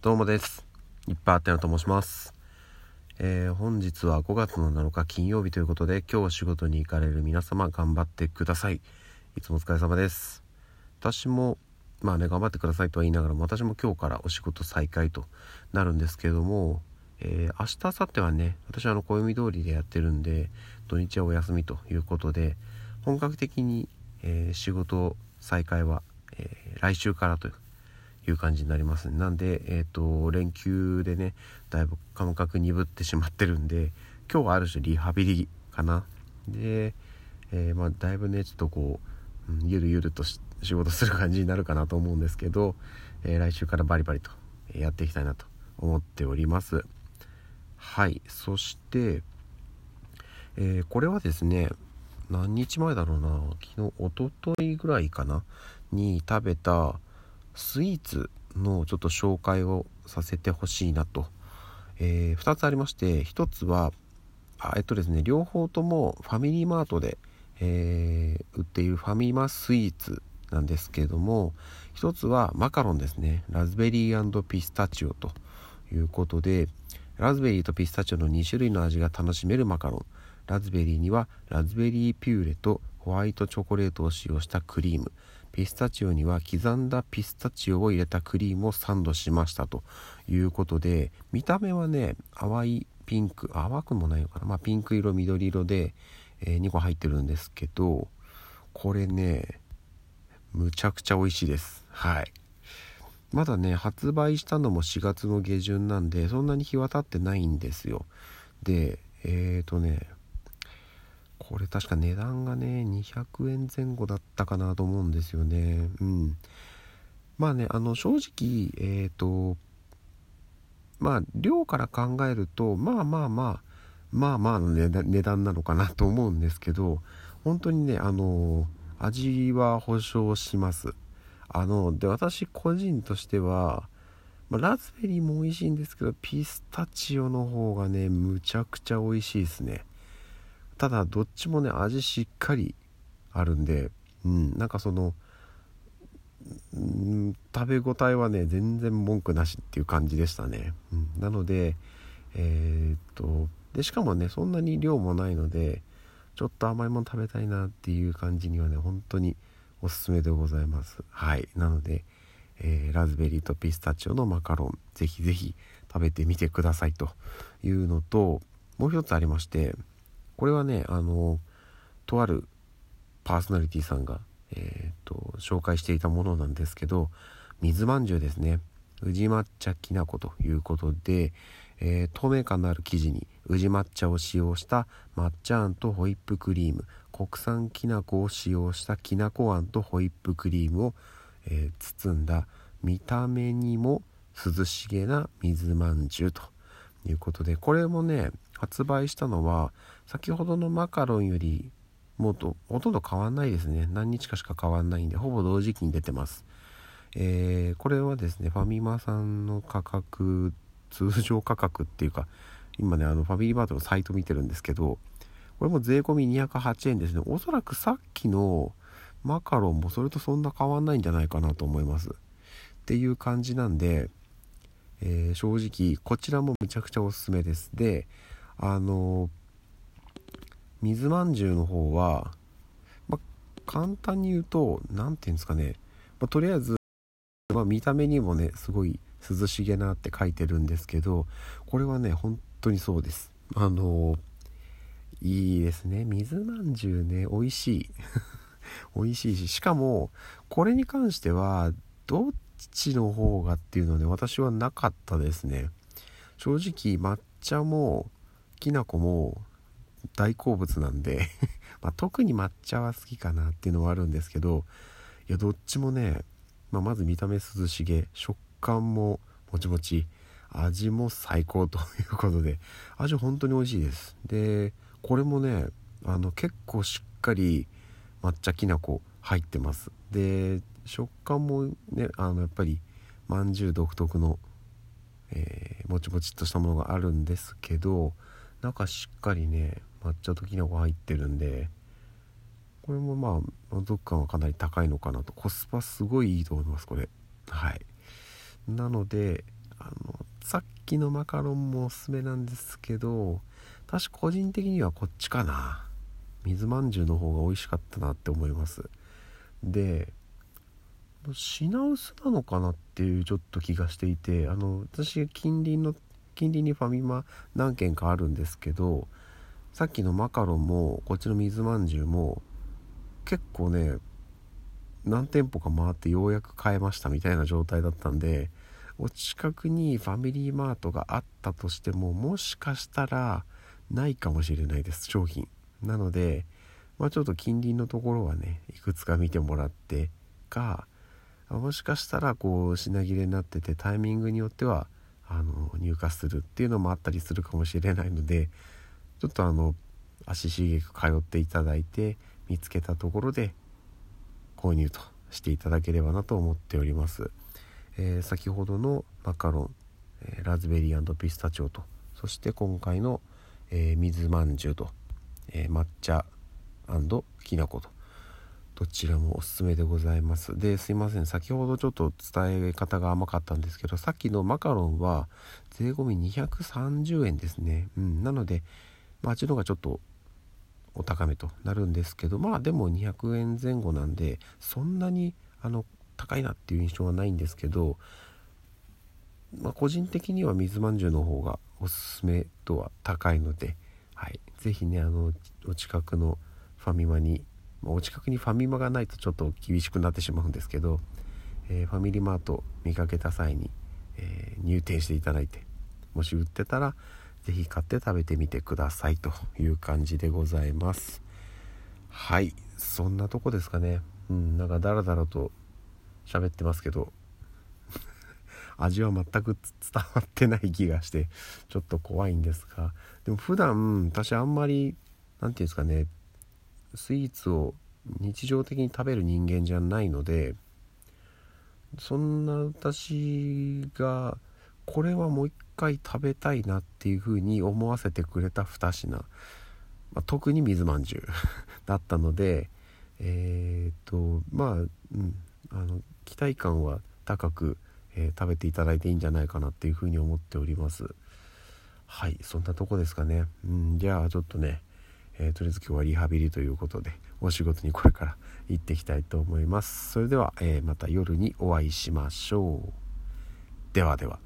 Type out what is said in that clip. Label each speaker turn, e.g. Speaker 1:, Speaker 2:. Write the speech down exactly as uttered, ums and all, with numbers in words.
Speaker 1: どうもです。いっぱいあったよと申します。えー、本日はごがつのなのか金曜日ということで、今日仕事に行かれる皆様頑張ってください。いつもお疲れ様です。私もまあね頑張ってくださいとは言いながらも、私も今日からお仕事再開となるんですけれども、えー、明日明後日はね、私はあの暦通りでやってるんで、土日はお休みということで、本格的に、えー、仕事再開は、えー、来週からといういう感じになります。なんで、えーと、連休でねだいぶ感覚鈍ってしまってるんで、今日はある種リハビリかな。で、えーまあ、だいぶねちょっとこう、うん、ゆるゆるとし仕事する感じになるかなと思うんですけど、えー、来週からバリバリとやっていきたいなと思っております。はい。そして、えー、これはですね、何日前だろうな、昨日一昨日ぐらいかなに食べたスイーツのちょっと紹介をさせてほしいなと、えー、ふたつありまして、ひとつはあえっとですね両方ともファミリーマートで、えー、売っているファミマスイーツなんですけれども、ひとつはマカロンですね。ラズベリー&ピスタチオということで、ラズベリーとピスタチオのに種類の味が楽しめるマカロン。ラズベリーにはラズベリーピューレとホワイトチョコレートを使用したクリーム、ピスタチオには刻んだピスタチオを入れたクリームをサンドしましたということで、見た目はね淡いピンク、淡くもないのかな、まあピンク色緑色で、えー、にこ入ってるんですけど、これねむちゃくちゃ美味しいです。はい。まだね発売したのもしがつの下旬なんで、そんなに日は経ってないんですよ。でえーとねこれ確か値段がねにひゃくえんぜん後だったかなと思うんですよね。うんまあねあの正直えーとまあ量から考えるとまあまあまあまあまあの値段、値段なのかなと思うんですけど、本当にねあの味は保証します。あので私個人としては、まあ、ラズベリーも美味しいんですけど、ピスタチオの方がねむちゃくちゃ美味しいですね。ただどっちもね味しっかりあるんで、うんなんかその、うん、食べ応えはね全然文句なしっていう感じでしたね。うん、なのでえー、っとでしかもねそんなに量もないので、ちょっと甘いもの食べたいなっていう感じにはね本当におすすめでございます。はい。なので、えー、ラズベリーとピスタチオのマカロンぜひぜひ食べてみてくださいというのと、もう一つありまして、これはねあのとあるパーソナリティさんが、えー、と紹介していたものなんですけど、水まんじゅうですね。宇治抹茶きな粉ということで、えー、透明感のある生地に宇治抹茶を使用した抹茶あんとホイップクリーム、国産きな粉を使用したきなこあんとホイップクリームを、えー、包んだ見た目にも涼しげな水まんじゅうということで、これもね発売したのは先ほどのマカロンよりもっとほとんど変わんないですね。何日かしか変わんないんで、ほぼ同時期に出てます。えー、これはですねファミマさんの価格、通常価格っていうか、今ねあのファミリーマートのサイト見てるんですけど、これも税込みにひゃくはちえんですね。おそらくさっきのマカロンもそれとそんな変わんないんじゃないかなと思いますっていう感じなんで、えー、正直こちらもめちゃくちゃおすすめです。であの水まんじゅうの方は、ま、簡単に言うと何て言うんですかね、ま、とりあえず、まあ、見た目にもねすごい涼しげなって書いてるんですけど、これはね本当にそうです。あのいいですね。水まんじゅうね美味しい美味しいし、しかもこれに関してはどっちの方がっていうので私はなかったですね。正直抹茶もきな粉も大好物なんでまあ特に抹茶は好きかなっていうのはあるんですけど、いやどっちもね、まあ、まず見た目涼しげ、食感ももちもち、味も最高ということで、味本当に美味しいです。でこれもねあの結構しっかり抹茶きな粉入ってます。で食感もねあのやっぱりまんじゅう独特の、えー、もちもちっとしたものがあるんですけど、中しっかりね抹茶ときな粉入ってるんで、これもまあ満足感はかなり高いのかなと。コスパすごいいいと思いますこれ。はい。なのであのさっきのマカロンもおすすめなんですけど、私個人的にはこっちかな、水まんじゅうの方が美味しかったなって思います。で品薄なのかなっていうちょっと気がしていて、あの私近隣の近隣にファミマ何軒かあるんですけど、さっきのマカロンもこっちの水まんじゅうも結構ね何店舗か回ってようやく買えましたみたいな状態だったんで、お近くにファミリーマートがあったとしてももしかしたらないかもしれないです、商品なので、まあちょっと近隣のところはねいくつか見てもらってか、もしかしたらこう品切れになっててタイミングによってはあの入荷するっていうのもあったりするかもしれないので、ちょっとあの足しげく通っていただいて見つけたところで購入としていただければなと思っております。えー、先ほどのマカロン、えー、ラズベリー&ピスタチオと、そして今回の、えー、水まんじゅうと、えー、抹茶&きな粉と、どちらもおすすめでございます。で、すいません、先ほどちょっと伝え方が甘かったんですけど、さっきのマカロンは税込みにひゃくさんじゅうえんですね。うん、なので、まあ、あっちの方がちょっとお高めとなるんですけど、まあでもにひゃくえんぜん後なんで、そんなにあの高いなっていう印象はないんですけど、まあ、個人的には水まんじゅうの方がおすすめ度は高いので、はい、ぜひね、あのお近くのファミマに、お近くにファミマがないとちょっと厳しくなってしまうんですけど、えー、ファミリーマート見かけた際に、えー、入店していただいて、もし売ってたらぜひ買って食べてみてくださいという感じでございます。はい、そんなとこですかね。うん、なんかダラダラと喋ってますけど味は全く伝わってない気がしてちょっと怖いんですが、でも普段私あんまりなんていうんですかね、スイーツを日常的に食べる人間じゃないので、そんな私がこれはもう一回食べたいなっていう風に思わせてくれたに品、まあ、特に水まんじゅうだったので、えー、っとまあ、うん、あの期待感は高く、えー、食べていただいていいんじゃないかなっていう風に思っております。はい、そんなとこですかね。うん、じゃあちょっとね、えー、とりあえず今日はリハビリということでお仕事にこれから行っていきたいと思います。それでは、えー、また夜にお会いしましょう。ではでは。